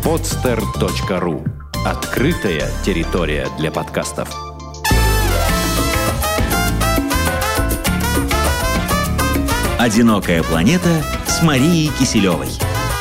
podster.ru. Открытая территория для подкастов. «Одинокая планета» с Марией Киселевой.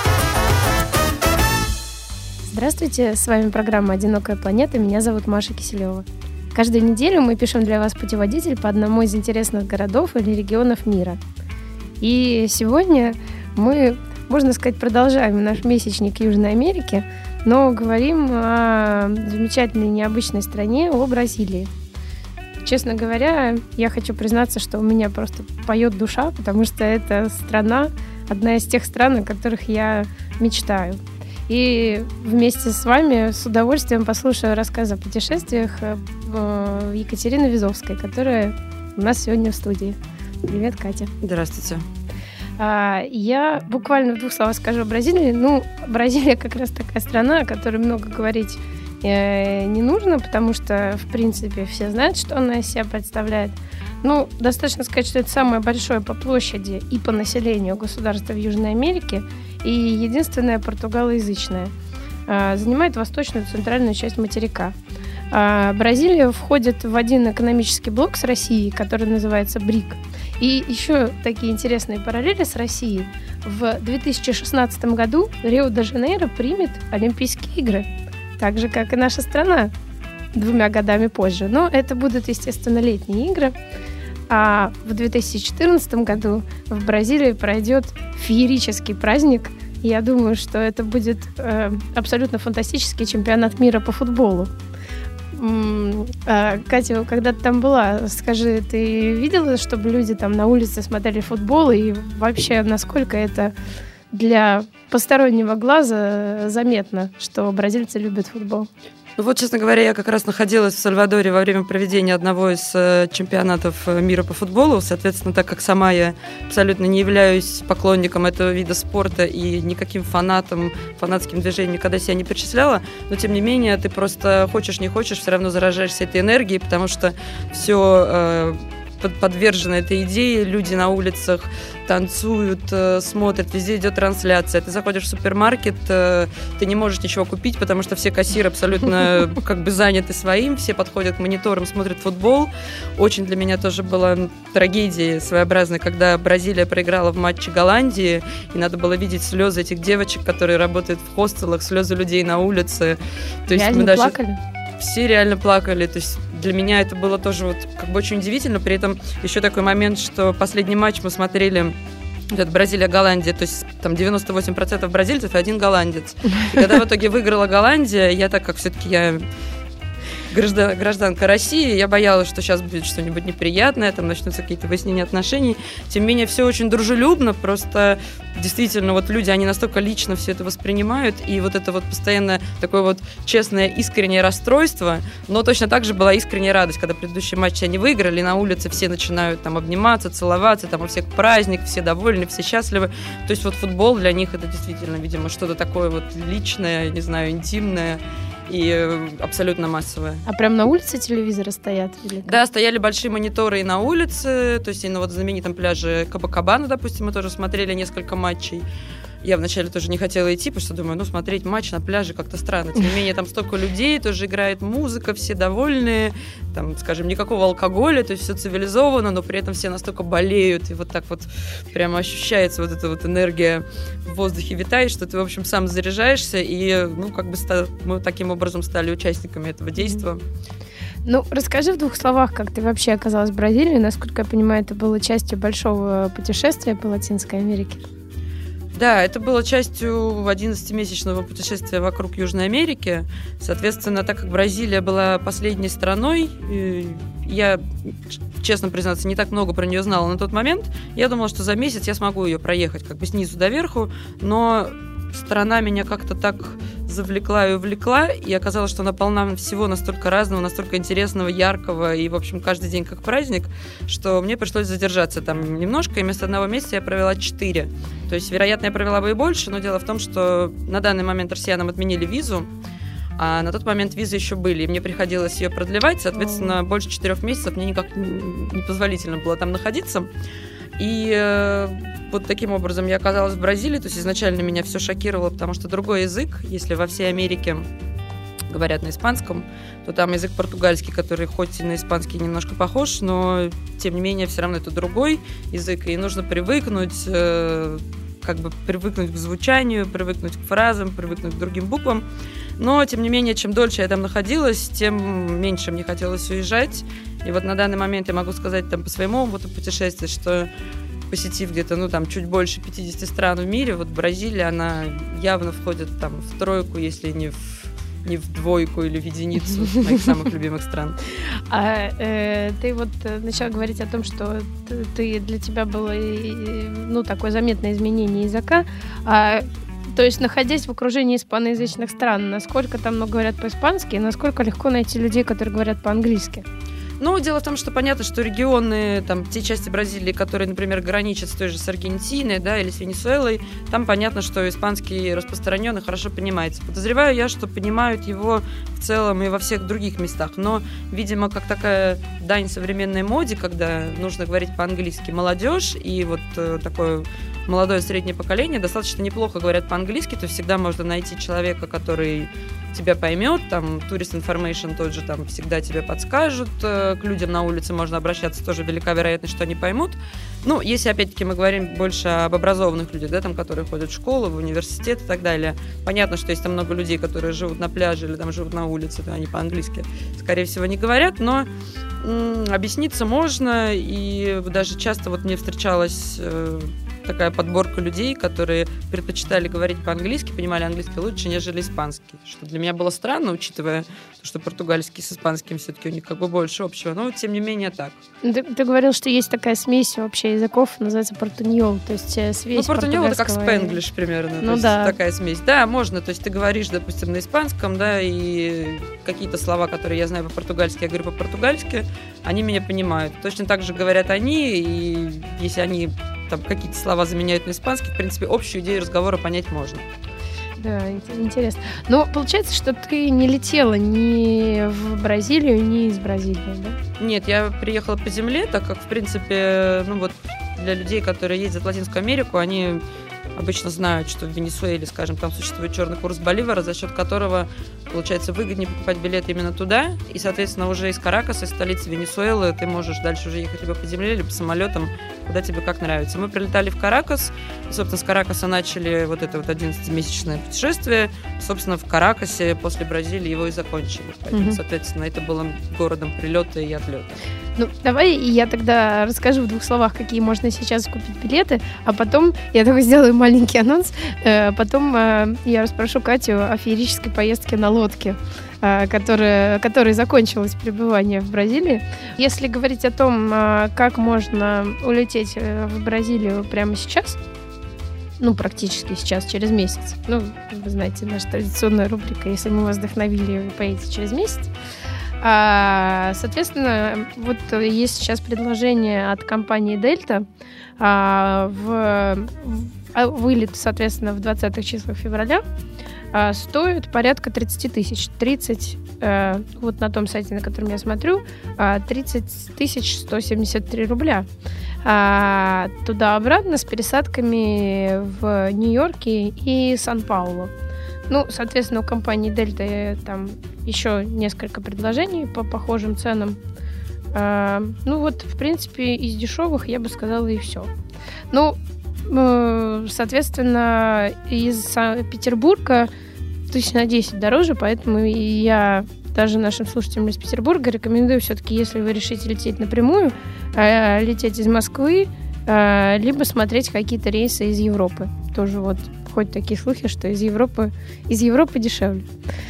Здравствуйте, с вами программа «Одинокая планета». Меня зовут Маша Киселева. Каждую неделю мы пишем для вас путеводитель по одному из интересных городов или регионов мира. И сегодня мы, можно сказать, продолжаем наш месячник Южной Америки, но говорим о замечательной необычной стране, о Бразилии. Честно говоря, я хочу признаться, что у меня просто поет душа, потому что это страна, одна из тех стран, о которых я мечтаю. И вместе с вами с удовольствием послушаю рассказ о путешествиях Екатерины Визовской, которая у нас сегодня в студии. Привет, Катя. Здравствуйте. Я буквально в двух словах скажу о Бразилии. Бразилия как раз такая страна, о которой много говорить не нужно, потому что, в принципе, все знают, что она из себя представляет. Достаточно сказать, что это самое большое по площади и по населению государство в Южной Америке и единственное португалоязычное. Занимает восточную и центральную часть материка. Бразилия входит в один экономический блок с Россией, который называется БРИК. И еще такие интересные параллели с Россией. В 2016 году Рио-де-Жанейро примет Олимпийские игры, так же, как и наша страна 2 годами позже. Но это будут, естественно, летние игры. А в 2014 году в Бразилии пройдет феерический праздник. Я думаю, что это будет абсолютно фантастический чемпионат мира по футболу. Катя, когда ты там была, скажи, ты видела, чтобы люди там на улице смотрели футбол? И вообще, насколько это для постороннего глаза заметно, что бразильцы любят футбол? Честно говоря, я как раз находилась в Сальвадоре во время проведения одного из чемпионатов мира по футболу. Соответственно, так как сама я абсолютно не являюсь поклонником этого вида спорта и никаким фанатским движением никогда себя не причисляла, но тем не менее ты просто хочешь, не хочешь, все равно заражаешься этой энергией, потому что все подвержены этой идее, люди на улицах танцуют, смотрят, везде идет трансляция. Ты заходишь в супермаркет, ты не можешь ничего купить, потому что все кассиры абсолютно заняты своим, все подходят к мониторам, смотрят футбол. Очень для меня тоже была трагедия своеобразная, когда Бразилия проиграла в матче Голландии, и надо было видеть слезы этих девочек, которые работают в хостелах, слезы людей на улице. То есть реально мы даже плакали? Все реально плакали, то есть для меня это было тоже очень удивительно. При этом еще такой момент, что последний матч мы смотрели, это Бразилия-Голландия, то есть там 98% бразильцев и 1 голландец. И когда в итоге выиграла Голландия, я, так как все-таки я гражданка России, я боялась, что сейчас будет что-нибудь неприятное, там начнутся какие-то выяснения отношений. Тем не менее, все очень дружелюбно, просто действительно люди, они настолько лично все это воспринимают, и это постоянное такое честное, искреннее расстройство, но точно так же была искренняя радость, когда предыдущие матчи они выиграли, на улице все начинают там обниматься, целоваться, там у всех праздник, все довольны, все счастливы. То есть футбол для них это действительно, видимо, что-то такое личное, не знаю, интимное и абсолютно массовое. А прям на улице телевизоры стоят? Да, стояли большие мониторы и на улице, то есть и на знаменитом пляже Копакабана, допустим, мы тоже смотрели несколько матчей. Я вначале тоже не хотела идти, потому что думаю, смотреть матч на пляже как-то странно. Тем не менее, там столько людей, тоже играет музыка, все довольные, там, скажем, никакого алкоголя, то есть все цивилизовано, но при этом все настолько болеют, и так прямо ощущается эта энергия в воздухе витает, что ты, в общем, сам заряжаешься, и, мы таким образом стали участниками этого действа. Расскажи в 2 словах, как ты вообще оказалась в Бразилии. Насколько я понимаю, это было частью большого путешествия по Латинской Америке. Да, это было частью 11-месячного путешествия вокруг Южной Америки. Соответственно, так как Бразилия была последней страной, я, честно признаться, не так много про нее знала на тот момент. Я думала, что за месяц я смогу ее проехать снизу до верху, но страна меня как-то так завлекла и увлекла, и оказалось, что она полна всего настолько разного, настолько интересного, яркого, и, в общем, каждый день как праздник, что мне пришлось задержаться там немножко, и вместо 1 месяца я провела 4. То есть, вероятно, я провела бы и больше, но дело в том, что на данный момент россиянам отменили визу, а на тот момент визы еще были, и мне приходилось ее продлевать, соответственно, больше 4 месяцев мне никак не позволительно было там находиться. И вот таким образом я оказалась в Бразилии. То есть изначально меня все шокировало, потому что другой язык, если во всей Америке говорят на испанском, то там язык португальский, который хоть и на испанский немножко похож, но тем не менее все равно это другой язык, и нужно привыкнуть, привыкнуть к звучанию, привыкнуть к фразам, привыкнуть к другим буквам. Но, тем не менее, чем дольше я там находилась, тем меньше мне хотелось уезжать. И вот на данный момент я могу сказать там по своему опыту путешествия, что посетив где-то, чуть больше 50 стран в мире, вот Бразилия, она явно входит там в тройку, если не в двойку или в единицу моих самых любимых стран. Ты вот начала говорить о том, что для тебя было такое заметное изменение языка. То есть, находясь в окружении испаноязычных стран, насколько там много говорят по-испански, и насколько легко найти людей, которые говорят по-английски? Дело в том, что понятно, что регионы, те части Бразилии, которые, например, граничат с той же с Аргентиной, да, или с Венесуэлой, там понятно, что испанский распространен и хорошо понимается. Подозреваю я, что понимают его в целом и во всех других местах, но, видимо, как такая дань современной моде, когда нужно говорить по-английски, молодежь и вот такое молодое среднее поколение достаточно неплохо говорят по-английски, то есть всегда можно найти человека, который тебя поймет, там Tourist Information тот же там всегда тебе подскажут, к людям на улице можно обращаться, тоже велика вероятность, что они поймут. Если опять-таки мы говорим больше об образованных людях, да, там, которые ходят в школу, в университет и так далее, понятно, что есть там много людей, которые живут на пляже или там живут на улице, то они по-английски, скорее всего, не говорят, но объясниться можно, и даже часто вот мне встречалась такая подборка людей, которые предпочитали говорить по-английски, понимали английский лучше, нежели испанский. Что для меня было странно, учитывая, что португальский с испанским все-таки у них больше общего, но тем не менее так. Ты говорил, что есть такая смесь вообще языков, называется портуньол, то есть смесь портуньол это как спенглиш примерно, то есть такая смесь. Да, можно, то есть ты говоришь, допустим, на испанском, да, и какие-то слова, которые я знаю по-португальски, я говорю по-португальски, они меня понимают. Точно так же говорят они, и если они там какие-то слова заменяют на испанский, в принципе, общую идею разговора понять можно. Да, интересно. Но получается, что ты не летела ни в Бразилию, ни из Бразилии, да? Нет, я приехала по земле, так как, в принципе, для людей, которые ездят в Латинскую Америку, они обычно знают, что в Венесуэле, скажем, там существует черный курс боливара, за счет которого, получается, выгоднее покупать билеты именно туда, и, соответственно, уже из Каракаса, из столицы Венесуэлы, ты можешь дальше уже ехать либо по земле, либо самолетом, куда тебе как нравится. Мы прилетали в Каракас, и, собственно, с Каракаса начали вот это вот 11-месячное путешествие, собственно, в Каракасе после Бразилии его и закончили. Поэтому, соответственно, это было городом прилета и отлета. Давай я тогда расскажу в 2 словах, какие можно сейчас купить билеты, а потом я только сделаю маленький анонс, потом я расспрошу Катю о феерической поездке на лодке, которой закончилось пребывание в Бразилии. Если говорить о том, как можно улететь в Бразилию прямо сейчас, практически сейчас, через месяц. Вы знаете, наша традиционная рубрика «Если мы вас вдохновили, вы поедете через месяц». Соответственно, вот есть сейчас предложение от компании Delta вылет, соответственно, в 20-х числах февраля стоит порядка 30 тысяч. 30, вот на том сайте, на котором я смотрю, 30 173 рубля. Туда-обратно с пересадками в Нью-Йорке и Сан-Паулу. Соответственно, у компании Delta там еще несколько предложений по похожим ценам. В принципе, из дешевых я бы сказала и все. Соответственно, из Петербурга 1010 дороже, поэтому я даже нашим слушателям из Петербурга рекомендую все-таки, если вы решите лететь напрямую, лететь из Москвы, либо смотреть какие-то рейсы из Европы. Тоже вот ходят такие слухи, что из Европы дешевле.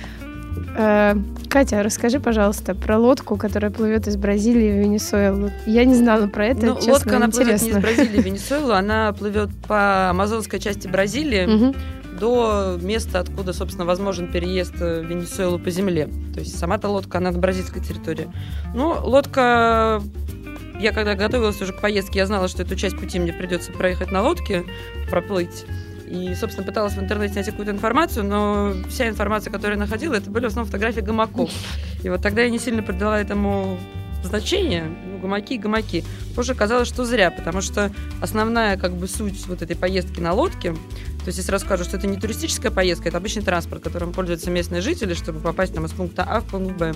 Катя, расскажи, пожалуйста, про лодку, которая плывет из Бразилии в Венесуэлу. Я не знала про это, честно, лодка, она интересно. Плывет не из Бразилии в Венесуэлу, она плывет по амазонской части Бразилии до места, откуда, собственно, возможен переезд в Венесуэлу по земле. То есть сама-то лодка, она на бразильской территории. Лодка... Я когда готовилась уже к поездке, я знала, что эту часть пути мне придется проехать на лодке, проплыть. И, собственно, пыталась в интернете найти какую-то информацию, но вся информация, которую я находила, это были в основном фотографии гамаков. И вот тогда я не сильно придала этому значения, гамаки. Позже оказалось, что зря, потому что основная суть вот этой поездки на лодке, то есть я сразу скажу, что это не туристическая поездка, это обычный транспорт, которым пользуются местные жители, чтобы попасть из пункта А в пункт Б.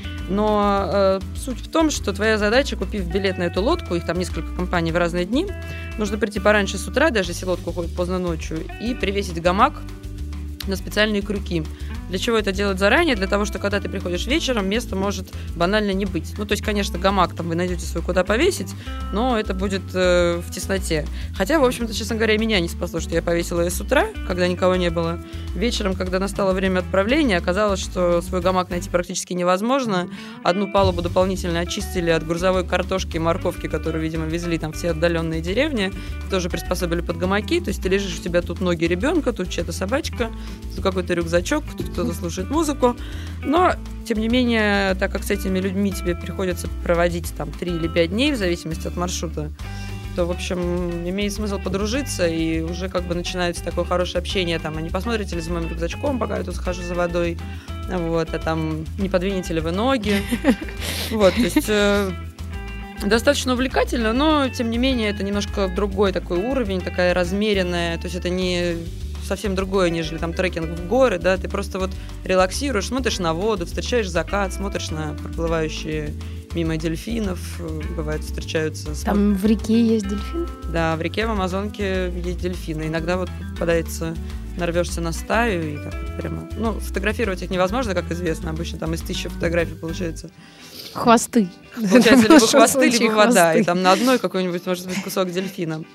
Но суть в том, что твоя задача, купив билет на эту лодку, их там несколько компаний в разные дни, нужно прийти пораньше с утра, даже если лодка уходит поздно ночью, и привесить гамак на специальные крюки. Для чего это делать заранее? Для того, что когда ты приходишь вечером, места может банально не быть. То есть, конечно, гамак там вы найдете свой куда повесить, но это будет в тесноте. Хотя, в общем-то, честно говоря, меня не спасло, что я повесила ее с утра, когда никого не было. Вечером, когда настало время отправления, оказалось, что свой гамак найти практически невозможно. Одну палубу дополнительно очистили от грузовой картошки и морковки, которую, видимо, везли там все отдаленные деревни. Тоже приспособили под гамаки. То есть ты лежишь, у тебя тут ноги ребенка, тут чья-то собачка, тут какой-то рюкзачок, тут кто-то слушает музыку. Но, тем не менее, так как с этими людьми тебе приходится проводить там 3 или 5 дней, в зависимости от маршрута, то, в общем, имеет смысл подружиться, и уже начинается такое хорошее общение. Там, а не посмотрите ли за моим рюкзачком, пока я тут схожу за водой, а там не подвинете ли вы ноги. То есть достаточно увлекательно, но, тем не менее, это немножко другой такой уровень, такая размеренная, то есть это не совсем другое, нежели там трекинг в горы, да, ты просто релаксируешь, смотришь на воду, встречаешь закат, смотришь на проплывающие мимо дельфинов, бывает, встречаются. Там в реке есть дельфин? Да, в реке в Амазонке есть дельфины. Иногда попадается, нарвешься на стаю и так прямо... фотографировать их невозможно, как известно, обычно там из 1000 фотографий получается. Хвосты. Получается либо хвосты, либо вода, и там на одной какой-нибудь, может быть, кусок дельфина.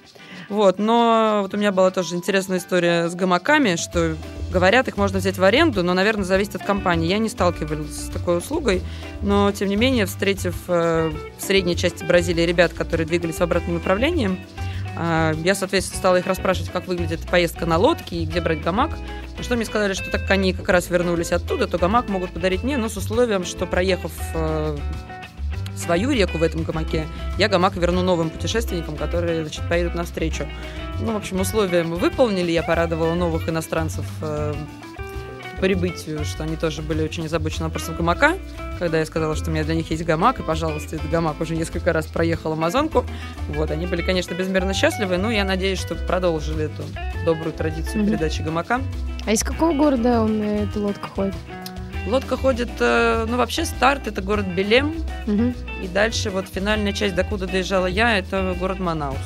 Но у меня была тоже интересная история с гамаками, что говорят, их можно взять в аренду, но, наверное, зависит от компании. Я не сталкивалась с такой услугой, но, тем не менее, встретив в средней части Бразилии ребят, которые двигались в обратном направлении, я, соответственно, стала их расспрашивать, как выглядит поездка на лодке и где брать гамак. На что мне сказали, что так как они как раз вернулись оттуда, то гамак могут подарить мне, но с условием, что, проехав свою реку в этом гамаке, я гамак верну новым путешественникам, которые, поедут навстречу. В общем, условия мы выполнили, я порадовала новых иностранцев по прибытию, что они тоже были очень озабочены вопросом гамака, когда я сказала, что у меня для них есть гамак, и, пожалуйста, этот гамак уже несколько раз проехал Амазонку. Они были, конечно, безмерно счастливы, но я надеюсь, что продолжили эту добрую традицию передачи гамака. А из какого города эта лодка ходит? Лодка ходит, вообще старт — это город Белем, и дальше финальная часть, докуда доезжала я, это город Манаус.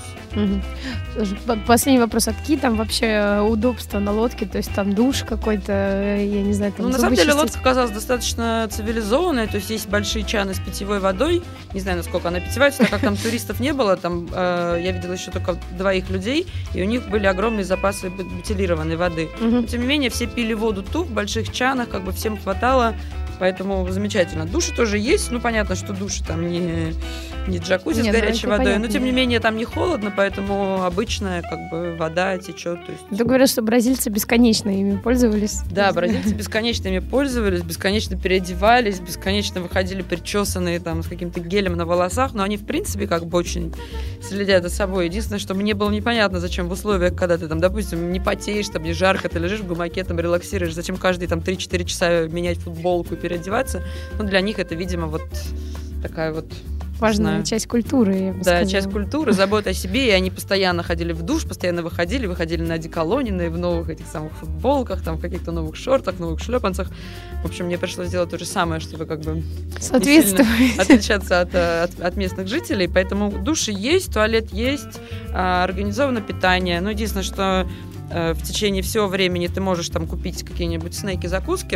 Последний вопрос. А какие там вообще удобства на лодке? То есть там душ какой-то, я не знаю, там на самом деле лодка оказалась достаточно цивилизованная, то есть есть большие чаны с питьевой водой, не знаю, насколько она питьевая, так как там туристов не было, там я видела еще только 2 людей, и у них были огромные запасы бутилированной воды. Но, тем не менее, все пили воду тут, в больших чанах, всем хватало, поэтому замечательно. Души тоже есть, понятно, что души там не джакузи с горячей водой, понятно, но, тем не менее, там не холодно, поэтому обычная вода течет. Ты говоришь, что бразильцы бесконечно ими пользовались? Да, бразильцы бесконечно ими пользовались, бесконечно переодевались, бесконечно выходили причесанные с каким-то гелем на волосах, но они, в принципе, очень следят за собой. Единственное, что мне было непонятно, зачем в условиях, когда ты допустим, не потеешь, не жарко, ты лежишь в гамаке, релаксируешь, зачем каждые 3-4 часа менять футболку и переодеваться. Для них это, видимо, такая важная часть культуры, я бы сказала. Часть культуры, забота о себе, и они постоянно ходили в душ, постоянно выходили на одеколоне, в новых этих самых футболках, в каких-то новых шортах, новых шлепанцах. В общем, мне пришлось сделать то же самое, чтобы соответствовать, отличаться от местных жителей. Поэтому души есть, туалет есть, организовано питание. Но единственное, что в течение всего времени ты можешь купить какие-нибудь снеки, закуски,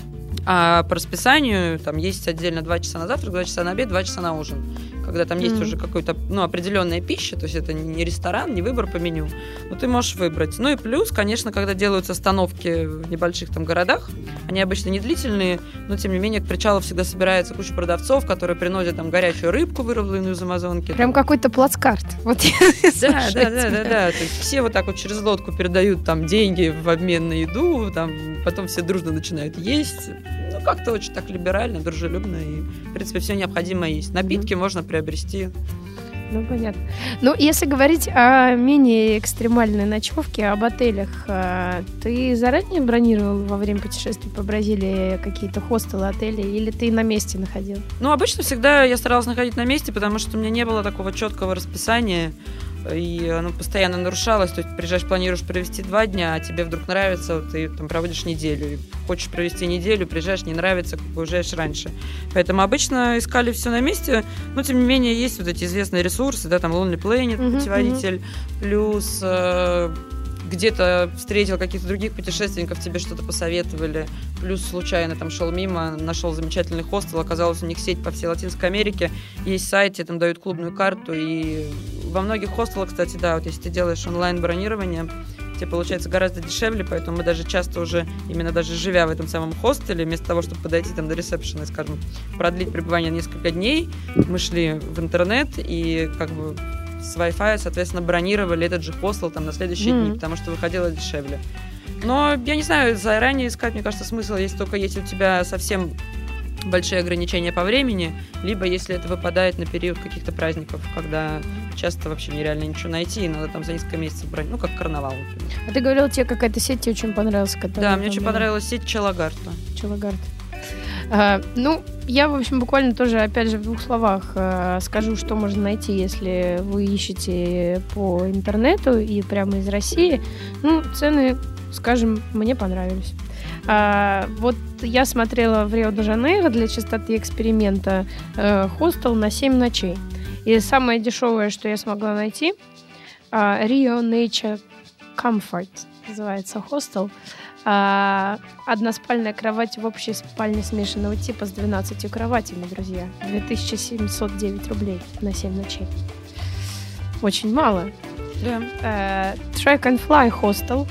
а по расписанию там есть отдельно 2 часа на завтрак, 2 часа на обед, 2 часа на ужин. Когда там есть уже какая-то определенная пища, то есть это не ресторан, не выбор по меню, но ты можешь выбрать. И плюс, конечно, когда делаются остановки в небольших городах, они обычно не длительные, но тем не менее к причалу всегда собирается куча продавцов, которые приносят горячую рыбку, вырубленную из Амазонки. Прям какой-то плацкарт. Да. То есть все через лодку передают деньги в обмен на еду, потом все дружно начинают есть. Как-то очень так либерально, дружелюбно, и, в принципе, все необходимое есть. Напитки можно приобрести Ну, понятно. Ну, если говорить о менее экстремальной ночевке, об отелях, ты заранее бронировал во время путешествий по Бразилии какие-то хостелы, отели, или ты на месте находил? Ну, обычно всегда я старалась находить на месте, потому что у меня не было такого четкого расписания, и оно постоянно нарушалось. То есть ты приезжаешь, планируешь провести 2 дня, а тебе вдруг нравится, вот, ты там проводишь неделю. И хочешь провести неделю, приезжаешь, не нравится, как бы уезжаешь раньше. Поэтому обычно искали все на месте, но тем не менее есть вот эти известные ресурсы, да, там Lonely Planet, путеводитель, плюс где-то встретил каких-то других путешественников, тебе что-то посоветовали, плюс случайно там шел мимо, нашел замечательный хостел, оказалось, у них сеть по всей Латинской Америке, есть сайт, тебе там дают клубную карту, и во многих хостелах, кстати, да, вот если ты делаешь онлайн-бронирование, тебе получается гораздо дешевле, поэтому мы даже часто уже, именно даже живя в этом самом хостеле, вместо того, чтобы подойти там до ресепшена и, скажем, продлить пребывание несколько дней, мы шли в интернет и как бы с Wi-Fi, соответственно, бронировали этот же хостел там на следующие дни, потому что выходило дешевле. Но, я не знаю, заранее искать, мне кажется, смысл есть только если у тебя совсем большие ограничения по времени, либо если это выпадает на период каких-то праздников, когда часто вообще нереально ничего найти, и надо там за несколько месяцев брать, ну, как карнавал, например. А ты говорила, тебе какая-то сеть тебе очень понравилась? Да, мне очень понравилась сеть Челагарта. Ну, я, в общем, буквально тоже, опять же, в 2 словах скажу, что можно найти, если вы ищете по интернету и прямо из России. Ну, цены, скажем, мне понравились. Вот я смотрела в Рио-де-Жанейро для чистоты эксперимента хостел на 7 ночей. И самое дешевое, что я смогла найти, Rio Nature Comfort называется хостел. Односпальная кровать в общей спальне смешанного типа с 12 кроватями, друзья. 2709 рублей на 7 ночей. Очень мало. Да. Track and Fly Hostel.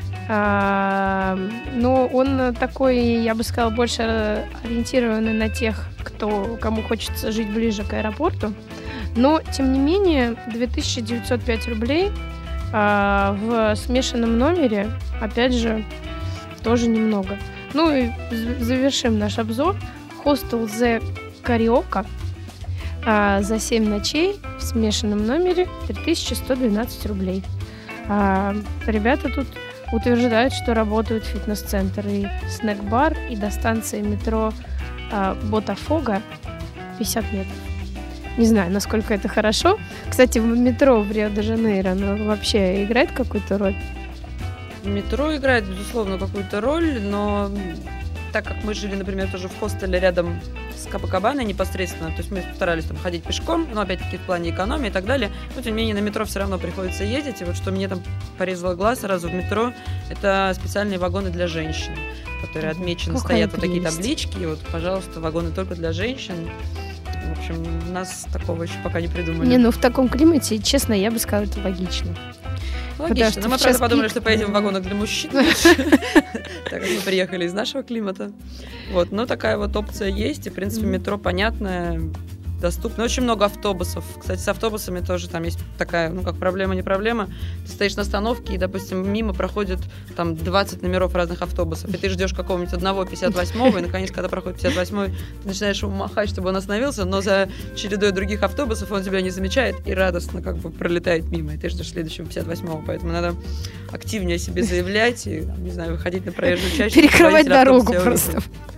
Но он такой, я бы сказала, больше ориентированный на тех, кому хочется жить ближе к аэропорту. Но, тем не менее, 2905 рублей в смешанном номере, опять же, тоже немного. Ну и завершим наш обзор. Хостел The Carioca за 7 ночей в смешанном номере 3112 рублей. Ребята тут утверждают, что работают фитнес-центр и снэк-бар, и до станции метро Ботафого 50 метров. Не знаю, насколько это хорошо. Кстати, метро в Рио-де-Жанейро, оно вообще играет какую-то роль? Метро играет, безусловно, какую-то роль, но так как мы жили, например, тоже в хостеле рядом с Копакабаной непосредственно, то есть мы старались там ходить пешком, но опять-таки в плане экономии и так далее, но тем не менее на метро все равно приходится ездить, и вот что мне там порезало глаз сразу в метро, это специальные вагоны для женщин, которые отмечены, стоят вот такие таблички, и вот, пожалуйста, вагоны только для женщин. В общем, у нас такого еще пока не придумали. Не, ну в таком климате, честно, я бы сказала, это логично. Логично, но мы, правда, подумали, что поедем в вагонах для мужчин, так как мы приехали из нашего климата. Вот, но такая вот опция есть, и, в принципе, метро понятное, доступно. Очень много автобусов. Кстати, с автобусами тоже там есть такая, ну, как проблема, не проблема. Ты стоишь на остановке, и, допустим, мимо проходит там 20 номеров разных автобусов, и ты ждешь какого-нибудь одного 58-го, и, наконец, когда проходит 58-й, ты начинаешь ему махать, чтобы он остановился, но за чередой других автобусов он тебя не замечает и радостно как бы пролетает мимо, и ты ждешь следующего 58-го. Поэтому надо активнее о себе заявлять и, не знаю, выходить на проезжую часть. Перекрывать дорогу просто.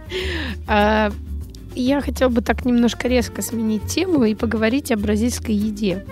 Я хотела бы так немножко резко сменить тему и поговорить о бразильской еде.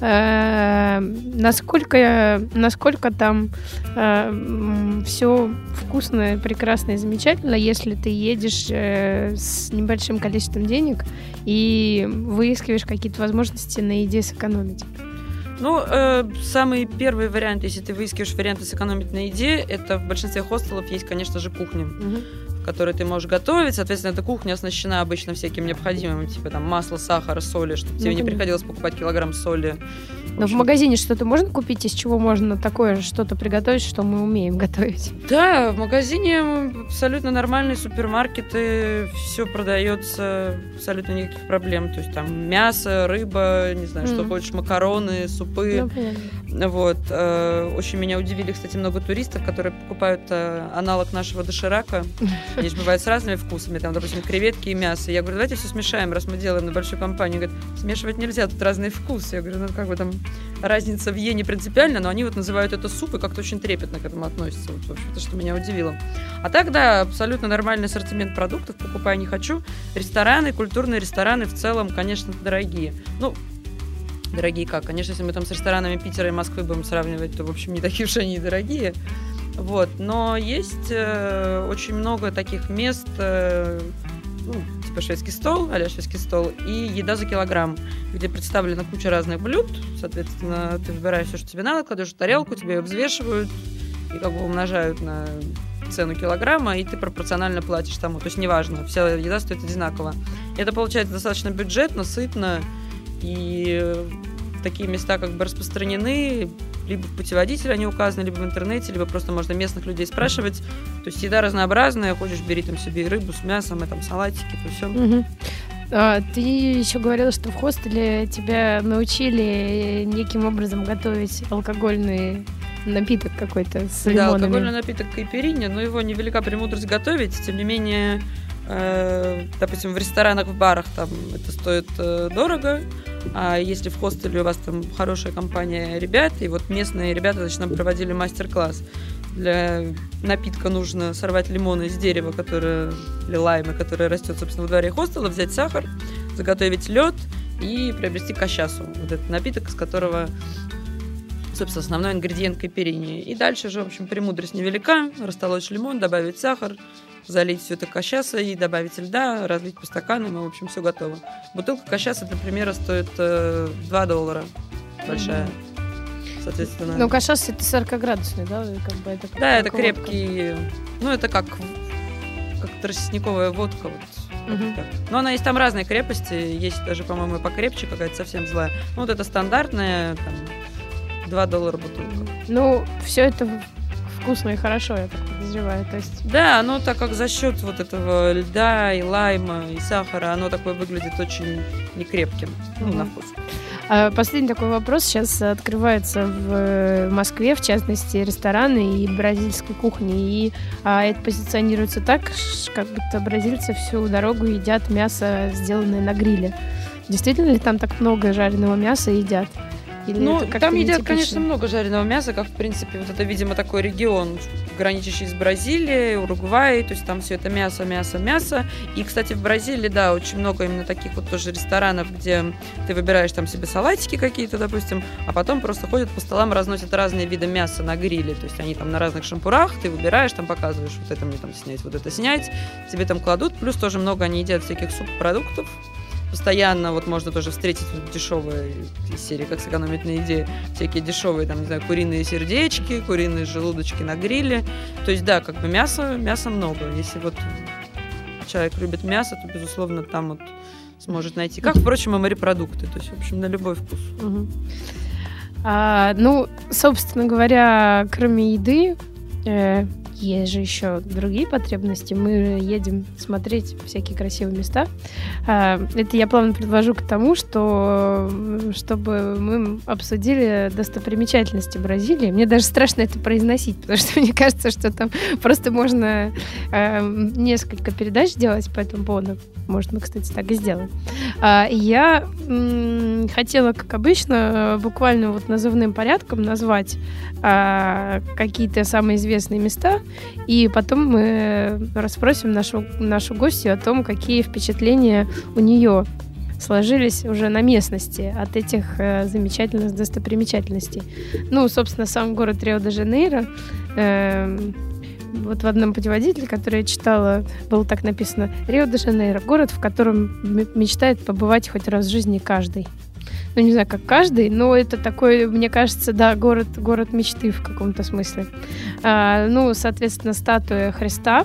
Насколько там все вкусно, прекрасно и замечательно, если ты едешь с небольшим количеством денег и выискиваешь какие-то возможности на еде сэкономить. Ну, самый первый вариант, если ты выискиваешь варианты сэкономить на еде, это в большинстве хостелов есть, конечно же, кухня, в которой ты можешь готовить. Соответственно, эта кухня оснащена обычно всяким необходимым, типа там масло, сахар, соли, чтобы тебе не приходилось покупать килограмм соли. Но в магазине что-то можно купить, из чего можно такое что-то приготовить, что мы умеем готовить? Да, в магазине абсолютно нормальные супермаркеты, все продается, абсолютно никаких проблем. То есть там мясо, рыба, не знаю, что хочешь, макароны, супы. Вот. Очень меня удивили, кстати, много туристов, которые покупают аналог нашего доширака. Они же бывают с разными вкусами, там, допустим, креветки и мясо. Я говорю, давайте все смешаем, раз мы делаем на большую компанию. Говорят, смешивать нельзя, тут разные вкусы. Я говорю, ну как бы там разница в не принципиальна, но они вот называют это суп и как-то очень трепетно к этому относятся. Вот, в общем-то, что меня удивило. А так, да, абсолютно нормальный ассортимент продуктов, покупаю не хочу. Рестораны, культурные рестораны в целом, конечно, дорогие. Ну, дорогие как? Конечно, если мы там с ресторанами Питера и Москвы будем сравнивать, то, в общем, не такие уж они и дорогие. Вот. Но есть очень много таких мест, типа шведский стол, а-ля шведский стол, и еда за килограмм, где представлена куча разных блюд. Соответственно, ты выбираешь все, что тебе надо, кладешь в тарелку, тебе ее взвешивают и как бы умножают на цену килограмма, и ты пропорционально платишь тому. То есть неважно, вся еда стоит одинаково. И это получается достаточно бюджетно, сытно, и такие места как бы распространены, либо в путеводителе они указаны, либо в интернете, либо просто можно местных людей спрашивать. То есть еда разнообразная, хочешь, бери там себе и рыбу с мясом, и там салатики, то все. Угу. Ты еще говорила, что в хостеле тебя научили неким образом готовить алкогольный напиток какой-то с лимонами. Да, алкогольный напиток кайпиринья, но его невелика премудрость готовить, тем не менее, допустим, в ресторанах, в барах там это стоит дорого, а если в хостеле у вас там хорошая компания ребят, и вот местные ребята, значит, нам проводили мастер-класс. Для напитка нужно сорвать лимоны из дерева, или лайма, которое растет, собственно, во дворе хостела, взять сахар, заготовить лед и приобрести кащасу. Вот этот напиток, из которого, собственно, основной ингредиент кайпириньи. И дальше же, в общем, премудрость невелика. Растолочь лимон, добавить сахар, залить все это кащасой, добавить льда, разлить по стаканам, и, в общем, все готово. Бутылка кащасы, для примера, стоит $2. Большая. Соответственно. Ну, кащас это 40-градусный, да? Как бы это да, это крепкий. Ну, это как тростниковая водка. Вот. Но она есть там разные крепости. Есть даже, по-моему, и покрепче, какая-то совсем злая. Ну, вот это стандартная, там, $2 бутылка. Ну, все это вкусно и хорошо, я так подозреваю. То есть... Да, оно так как за счет вот этого льда и лайма и сахара, оно такое выглядит очень некрепким, на вкус. Последний такой вопрос. Сейчас открывается в Москве, в частности, рестораны и бразильской кухни. И это позиционируется так, как будто бразильцы всю дорогу едят мясо, сделанное на гриле. Действительно ли там так много жареного мяса едят? Или ну, там едят, нетипично? Конечно, много жареного мяса, как, в принципе, вот это, видимо, такой регион, граничащий с Бразилией, Уругвай, то есть там все это мясо. И, кстати, в Бразилии, да, очень много именно таких вот тоже ресторанов, где ты выбираешь там себе салатики какие-то, допустим, а потом просто ходят по столам, разносят разные виды мяса на гриле, то есть они там на разных шампурах, ты выбираешь, там показываешь, вот это мне там снять, вот это снять, тебе там кладут, плюс тоже много они едят всяких субпродуктов. Постоянно вот можно тоже встретить вот дешевые из серии «Как сэкономить на еде», всякие дешевые, там, не знаю, куриные сердечки, куриные желудочки на гриле. То есть, да, как бы мяса много. Если вот человек любит мясо, то, безусловно, там вот сможет найти. Как, впрочем, и морепродукты. То есть, в общем, на любой вкус. Ну, собственно говоря, кроме еды, есть же еще другие потребности. Мы едем смотреть всякие красивые места. Это я плавно подвожу к тому, чтобы мы обсудили достопримечательности Бразилии. Мне даже страшно это произносить, потому что мне кажется, что там просто можно несколько передач делать по этому поводу. Может, мы, кстати, так и сделаем. Я хотела, как обычно, буквально вот назывным порядком назвать какие-то самые известные места, и потом мы расспросим нашу гостью о том, какие впечатления у нее сложились уже на местности от этих замечательных достопримечательностей. Ну, собственно, сам город Рио-де-Жанейро. Вот в одном путеводителе, который я читала, было так написано: Рио-де-Жанейро — город, в котором мечтает побывать хоть раз в жизни каждый. Ну, не знаю, как каждый, но это такой, мне кажется, да, город мечты в каком-то смысле. Ну, соответственно, статуя Христа.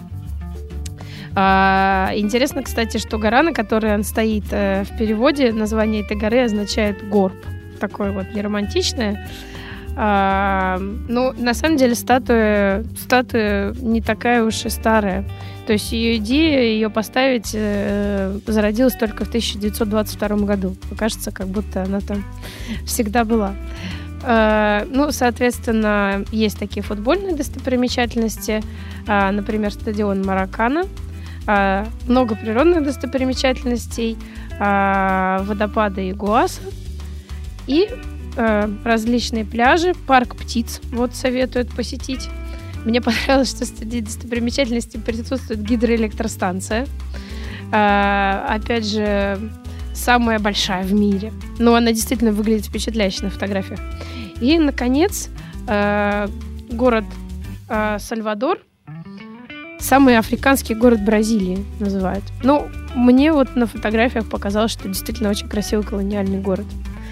Интересно, кстати, что гора, на которой он стоит, в переводе название этой горы означает «горб». такое вот неромантичное. Ну, на самом деле, статуя не такая уж и старая. То есть ее идея, ее поставить, зародилась только в 1922 году. Кажется, как будто она там всегда была. Ну, соответственно, есть такие футбольные достопримечательности, например, стадион Маракана, много природных достопримечательностей, водопады Игуаса и различные пляжи, парк птиц, вот советуют посетить. Мне понравилось, что среди достопримечательностей присутствует гидроэлектростанция. Опять же, самая большая в мире. Но она действительно выглядит впечатляюще на фотографиях. И, наконец, город Сальвадор. Самый африканский город Бразилии называют. Ну, мне вот на фотографиях показалось, что действительно очень красивый колониальный город.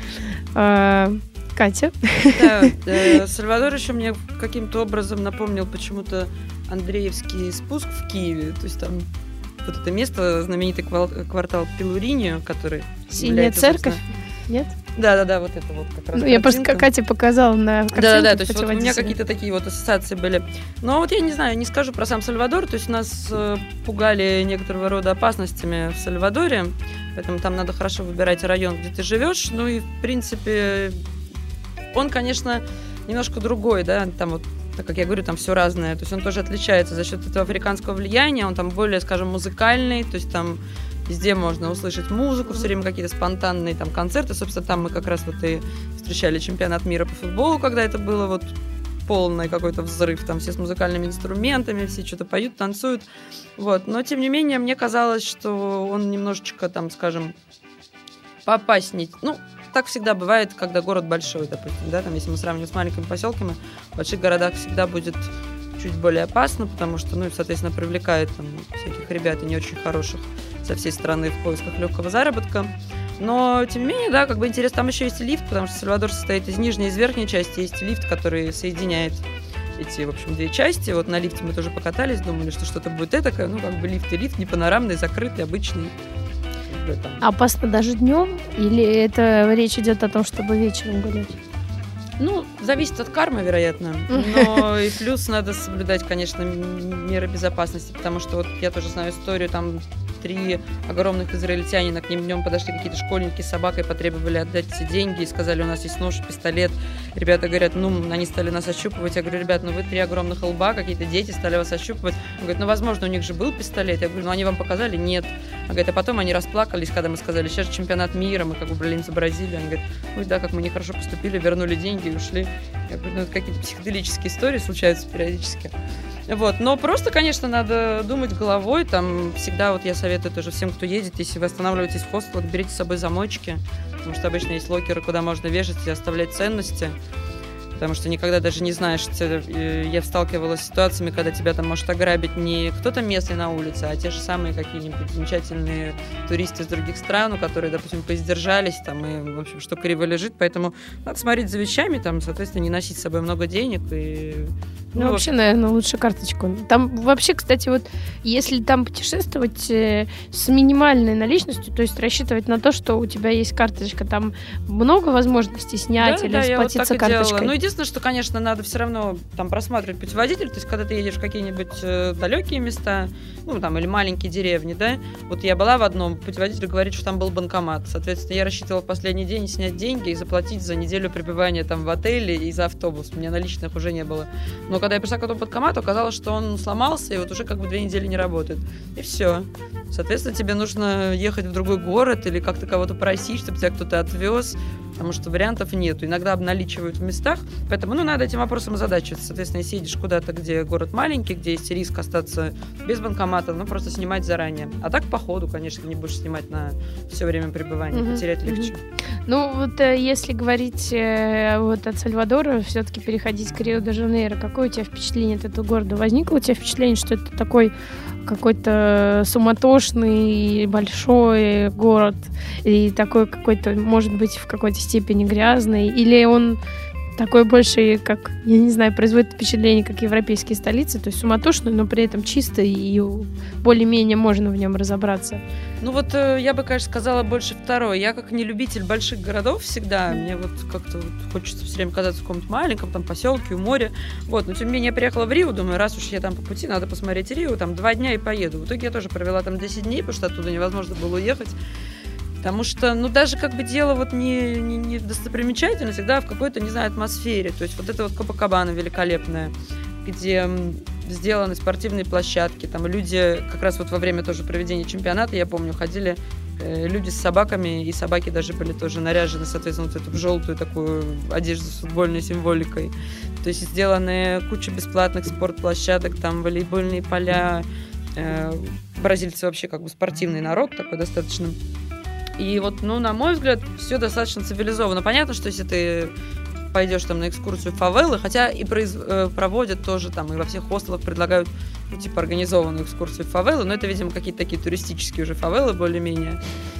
Катя? Да, Сальвадор еще мне каким-то образом напомнил почему-то Андреевский спуск в Киеве. То есть там вот это место, знаменитый квартал Пелуриньо, который... Синяя церковь? Нет? Да, вот это вот как раз. Ну, я просто Кате показала на картинке. Да, то есть вот у меня какие-то такие вот ассоциации были. Но вот я не знаю, не скажу про сам Сальвадор. То есть нас пугали некоторого рода опасностями в Сальвадоре, поэтому там надо хорошо выбирать район, где ты живешь. Ну и, в принципе, он, конечно, немножко другой, да, там вот, так как я говорю, там все разное. То есть он тоже отличается за счет этого африканского влияния, он там более, скажем, музыкальный, то есть там везде можно услышать музыку, все время какие-то спонтанные там концерты. Собственно, там мы как раз вот и встречали чемпионат мира по футболу, когда это было вот полный какой-то взрыв, там все с музыкальными инструментами, все что-то поют, танцуют. Вот. Но, тем не менее, мне казалось, что он немножечко, там, скажем, поопаснее. Ну, так всегда бывает, когда город большой, допустим, да, там, если мы сравниваем с маленькими поселками, в больших городах всегда будет чуть более опасно, потому что, ну, соответственно, привлекает там всяких ребят и не очень хороших со всей страны в поисках легкого заработка. Но, тем не менее, да, как бы интересно, там еще есть лифт, потому что Сальвадор состоит из нижней и из верхней части, есть лифт, который соединяет эти, в общем, две части. Вот на лифте мы тоже покатались, думали, что что-то будет этакое, ну, как бы лифт и лифт, не панорамный, закрытый, обычный. Опасно даже днем? Или это речь идет о том, чтобы вечером гулять? Ну, зависит от кармы, вероятно. Но и плюс надо соблюдать, конечно, меры безопасности, потому что вот я тоже знаю историю, там 3 огромных израильтянина, к ним днем подошли какие-то школьники с собакой, потребовали отдать все деньги и сказали, у нас есть нож, пистолет. Ребята говорят, ну, они стали нас ощупывать. Я говорю, ребят, ну вы 3 огромных лба, какие-то дети стали вас ощупывать. Он говорит, ну, возможно, у них же был пистолет. Я говорю, ну, они вам показали? Нет. Он говорит, а потом они расплакались, когда мы сказали, сейчас же чемпионат мира, мы как бы болели за Бразилию. Они говорят, ой, да, как мы нехорошо поступили, вернули деньги и ушли. Я говорю, ну, это какие-то психоделические истории случаются периодически. Вот, но просто, конечно, надо думать головой, там всегда вот я советую тоже всем, кто едет, если вы останавливаетесь в хостелах, берите с собой замочки, потому что обычно есть локеры, куда можно вешать и оставлять ценности, потому что никогда даже не знаешь, я сталкивалась с ситуациями, когда тебя там может ограбить не кто-то местный на улице, а те же самые какие-нибудь замечательные туристы из других стран, которые, допустим, поиздержались там, и, в общем, что криво лежит, поэтому надо смотреть за вещами, там, соответственно, не носить с собой много денег и... Ну, вообще, наверное, лучше карточку. Там вообще, кстати, вот если там путешествовать с минимальной наличностью, то есть рассчитывать на то, что у тебя есть карточка, там много возможностей снять или расплатиться карточкой. Ну, единственное, что, конечно, надо все равно там просматривать путеводитель, то есть когда ты едешь в какие-нибудь далекие места, ну, там, или маленькие деревни, да, вот я была в одном, путеводитель говорит, что там был банкомат, соответственно, я рассчитывала в последний день снять деньги и заплатить за неделю пребывания там в отеле и за автобус, у меня наличных уже не было. Но когда я пришла к этому банкомату, оказалось, что он сломался и вот уже как бы 2 недели не работает. И все. Соответственно, тебе нужно ехать в другой город или как-то кого-то просить, чтобы тебя кто-то отвез, потому что вариантов нету. Иногда обналичивают в местах, поэтому, ну, надо этим вопросом озадачиваться. Соответственно, если едешь куда-то, где город маленький, где есть риск остаться без банкомата, ну, просто снимать заранее. А так, по ходу, конечно, не будешь снимать на все время пребывания, потерять легче. Ну, вот если говорить вот от Сальвадора, все-таки переходить к Рио-де-Жанейро, какое у тебя впечатление от этого города? Возникло у тебя впечатление, что это такой какой-то суматошный большой город и такой какой-то, может быть, в какой-то степени грязный? Или он Такое больше, как, я не знаю, производит впечатление, как европейские столицы, то есть суматошно, но при этом чисто и более-менее можно в нем разобраться. Ну вот я бы, конечно, сказала больше второе. Я как не любитель больших городов всегда, мне вот как-то вот хочется все время казаться в каком-то маленьком там поселке у моря. Вот, но тем не менее я приехала в Рио, думаю, раз уж я там по пути, надо посмотреть Рио, там 2 дня и поеду. В итоге я тоже провела там 10 дней, потому что оттуда невозможно было уехать. Потому что, ну, даже как бы дело вот не в достопримечательности, всегда в какой-то, не знаю, атмосфере. То есть вот это вот Копакабана великолепная, где сделаны спортивные площадки, там люди как раз вот во время тоже проведения чемпионата, я помню, ходили люди с собаками, и собаки даже были тоже наряжены, соответственно, вот эту в желтую такую одежду с футбольной символикой. То есть сделаны куча бесплатных спортплощадок, там волейбольные поля. Бразильцы вообще как бы спортивный народ такой достаточно. И вот, ну, на мой взгляд, все достаточно цивилизованно. Понятно, что если ты пойдешь там на экскурсию в фавелы, хотя и проводят тоже там, и во всех хостелах предлагают, ну, типа, организованную экскурсию в фавелы, но это, видимо, какие-то такие туристические уже фавелы более-менее.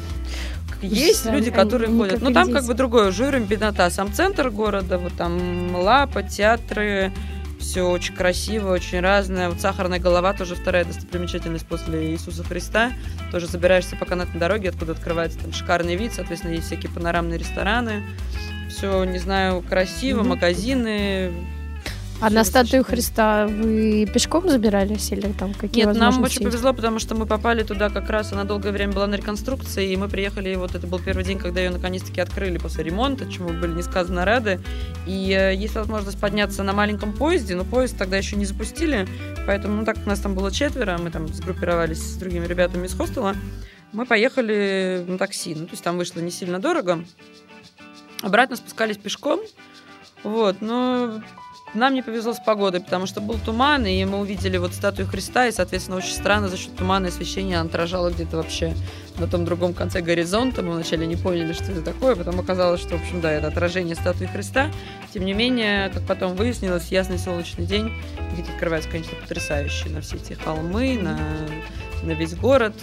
Есть люди, которые ходят. Ну, там как бы другое. Жуйрем-Бената, сам центр города, вот там Лапа, театры, все очень красиво, очень разное. Вот Сахарная голова тоже вторая достопримечательность после Иисуса Христа. Тоже забираешься по канатной дороге, откуда открывается там шикарный вид, соответственно, есть всякие панорамные рестораны. Все, не знаю, красиво, магазины. А на статую Христа вы пешком забирались или там какие возможности? Нет, нам очень есть? повезло, потому что мы попали туда как раз, она долгое время была на реконструкции, и мы приехали, вот это был первый день, когда ее наконец-таки открыли после ремонта, чему были несказанно рады. И есть возможность подняться на маленьком поезде, но поезд тогда еще не запустили, поэтому, ну, так как нас там было 4, мы там сгруппировались с другими ребятами из хостела, мы поехали на такси, ну, то есть там вышло не сильно дорого. Обратно спускались пешком, вот, но нам не повезло с погодой, потому что был туман, и мы увидели вот статую Христа, и, соответственно, очень странно, за счет тумана и освещения она отражала где-то вообще на том другом конце горизонта. Мы вначале не поняли, что это такое, потом оказалось, что, в общем, да, это отражение статуи Христа. Тем не менее, как потом выяснилось, ясный солнечный день, вид открывается, конечно, потрясающий на все эти холмы, на весь город.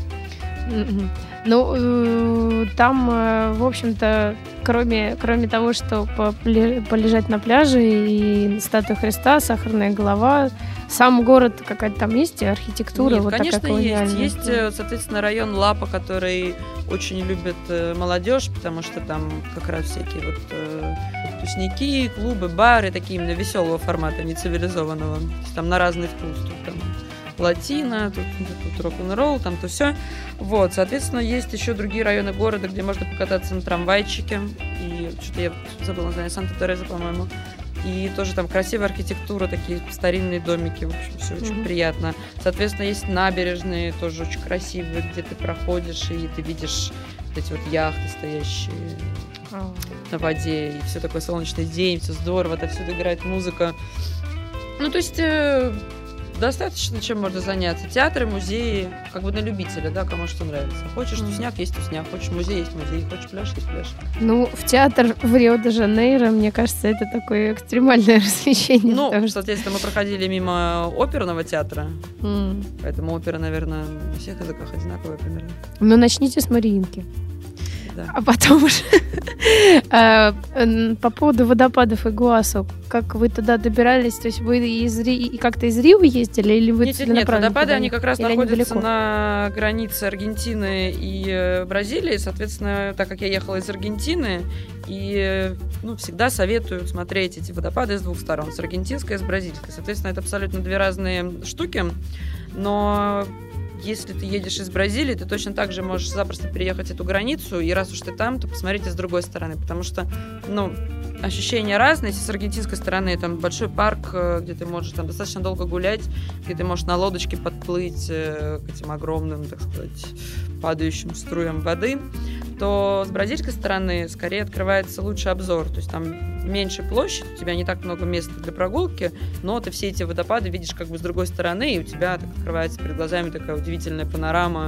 Ну, там, в общем-то, кроме того, что полежать на пляже и статуя Христа, Сахарная голова, сам город какая-то там есть, архитектура? Нет, вот конечно, такая колониальная? есть, соответственно, район Лапа, который очень любит молодежь, потому что там как раз всякие вот тусняки, клубы, бары, такие именно веселого формата, не цивилизованного. То есть там на разный вкус. Тут там латино, тут рок-н-ролл, там то все. Вот, соответственно, есть еще другие районы города, где можно покататься на трамвайчике. И что-то я забыла название, Санта-Тереза, по-моему. И тоже там красивая архитектура, такие старинные домики, в общем, все очень приятно. Соответственно, есть набережные, тоже очень красивые, где ты проходишь, и ты видишь вот эти вот яхты, стоящие на воде, и все такой солнечный день, все здорово, отовсюду играет музыка. Ну, то есть достаточно чем можно заняться. Театры, музеи, как бы на любителя, да, кому что нравится. Хочешь тусняк, есть тусняк. Хочешь музей, есть музей. Хочешь пляж, есть пляж. Ну, в театр в Рио-де-Жанейро, мне кажется, это такое экстремальное развлечение. Ну, соответственно, мы проходили мимо оперного театра. Поэтому опера, наверное, на всех языках одинаковая примерно. Ну, начните с Мариинки. Да. А потом уже по поводу водопадов Игуасу, как вы туда добирались? То есть вы как-то из Рио ездили или вы Нет, водопады, они как раз находятся на границе Аргентины и Бразилии. Соответственно, так как я ехала из Аргентины, и всегда советую смотреть эти водопады с двух сторон, с аргентинской и с бразильской. Соответственно, это абсолютно две разные штуки, но если ты едешь из Бразилии, ты точно так же можешь запросто переехать эту границу, и раз уж ты там, то посмотрите с другой стороны, потому что, ощущения разные. Если с аргентинской стороны там большой парк, где ты можешь там достаточно долго гулять, где ты можешь на лодочке подплыть к этим огромным, так сказать, падающим струям воды, то с бразильской стороны скорее открывается лучший обзор. То есть там меньше площадь, у тебя не так много места для прогулки, но ты все эти водопады видишь как бы с другой стороны, и у тебя так открывается перед глазами такая удивительная панорама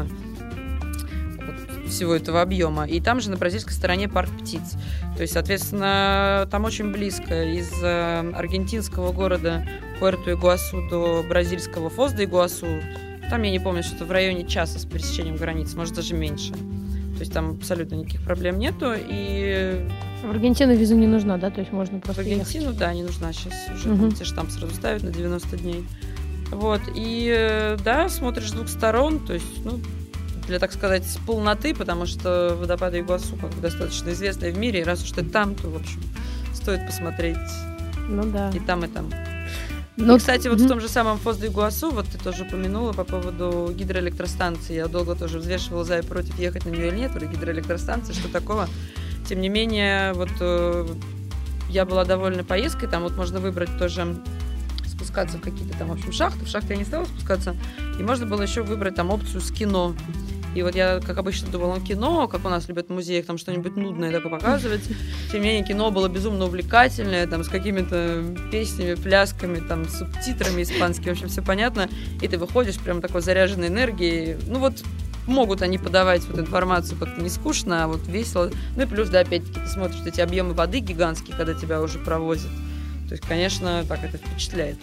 всего этого объема. И там же на бразильской стороне парк птиц. То есть, соответственно, там очень близко из аргентинского города Пуэрто-Игуасу до бразильского Фоз-де-Игуасу. Там, я не помню, что-то в районе часа с пересечением границы, может, даже меньше. То есть там абсолютно никаких проблем нету. И В Аргентину виза не нужна, да? То есть можно просто В Аргентину, ехать. да, не нужна сейчас уже. Те штамп сразу ставят на 90 дней. Вот, и да, смотришь с двух сторон, то есть, для, так сказать, полноты, потому что водопады Игуасу как бы достаточно известные в мире, и раз уж ты там, то, в общем, стоит посмотреть и там, и там. И, кстати, вот в том же самом Фос де Игуасу, вот ты тоже упомянула по поводу гидроэлектростанции, я долго тоже взвешивала за и против, ехать на нее или нет, или гидроэлектростанции, что такого. Тем не менее, вот я была довольна поездкой, там вот можно выбрать тоже спускаться в какие-то там, в общем, шахты. В шахты я не стала спускаться. И можно было еще выбрать там опцию с кино. И вот я, как обычно, думала, кино, как у нас любят в музеях, там что-нибудь нудное такое показывать. Тем не менее, кино было безумно увлекательное, там, с какими-то песнями, плясками, там, с субтитрами испанскими, в общем, все понятно. И ты выходишь прям такой заряженной энергией. Могут они подавать вот информацию как-то не скучно, а вот весело. И плюс, да, опять-таки, ты смотришь эти объемы воды гигантские, когда тебя уже провозят. То есть, конечно, так это впечатляет.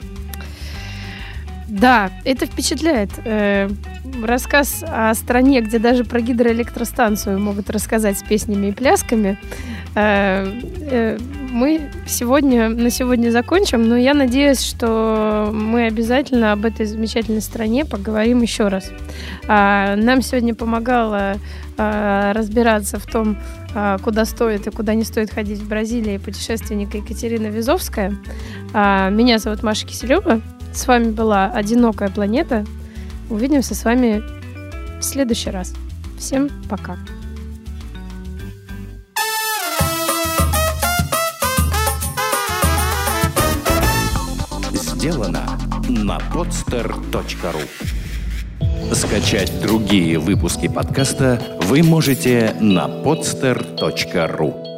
Да, это впечатляет. Рассказ о стране, где даже про гидроэлектростанцию могут рассказать с песнями и плясками. Мы на сегодня закончим, но я надеюсь, что мы обязательно об этой замечательной стране поговорим еще раз. Нам сегодня помогала разбираться в том, куда стоит и куда не стоит ходить в Бразилии, путешественник Екатерина Визовская. Меня зовут Маша Киселева. С вами была «Одинокая планета». Увидимся с вами в следующий раз. Всем пока. Сделано на podster.ru. Скачать другие выпуски подкаста вы можете на podster.ru.